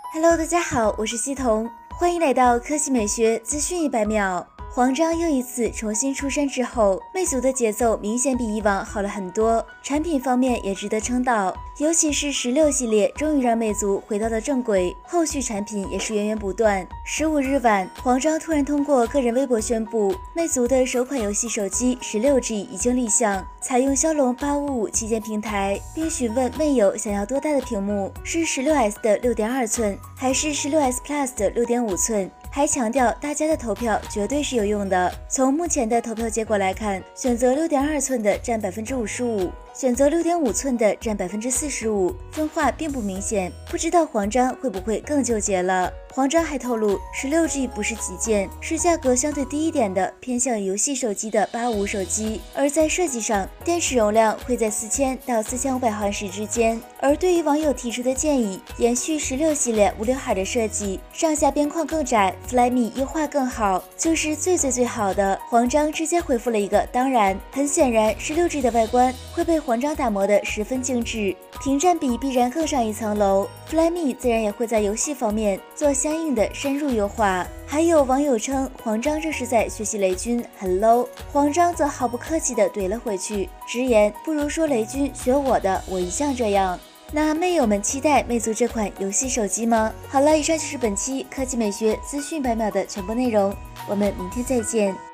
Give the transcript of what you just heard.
Hello， 大家好，我是西彤，欢迎来到科技美学资讯100秒。黄章又一次重新出山之后，魅族的节奏明显比以往好了很多，产品方面也值得称道，尤其是16系列终于让魅族回到了正轨，后续产品也是源源不断。15日晚，黄章突然通过个人微博宣布，魅族的首款游戏手机 16G 已经立项，采用骁龙855旗舰平台，并询问魅友想要多大的屏幕，是 16S 的 6.2 寸还是 16S Plus 的 6.5 寸。还强调大家的投票绝对是有用的。从目前的投票结果来看，选择 6.2 寸的占 55%， 选择 6.5 寸的占 45%， 分化并不明显，不知道黄章会不会更纠结了。黄章还透露 16G 不是旗舰，是价格相对低一点的偏向游戏手机的855手机，而在设计上，电池容量会在4000到4500毫安时之间。而对于网友提出的建议，延续16系列无刘海的设计，上下边框更窄，Flyme 优化更好，就是最好的。黄章直接回复了一个当然。很显然 16G 的外观会被黄章打磨得十分精致，屏占比必然更上一层楼， Flyme 自然也会在游戏方面做相应的深入优化。还有网友称黄章这是在学习雷军，很 low， 黄章则毫不客气地怼了回去，直言不如说雷军学我的，我一向这样。那魅友们期待魅族这款游戏手机吗？好了，以上就是本期科技美学资讯100秒的全部内容，我们明天再见。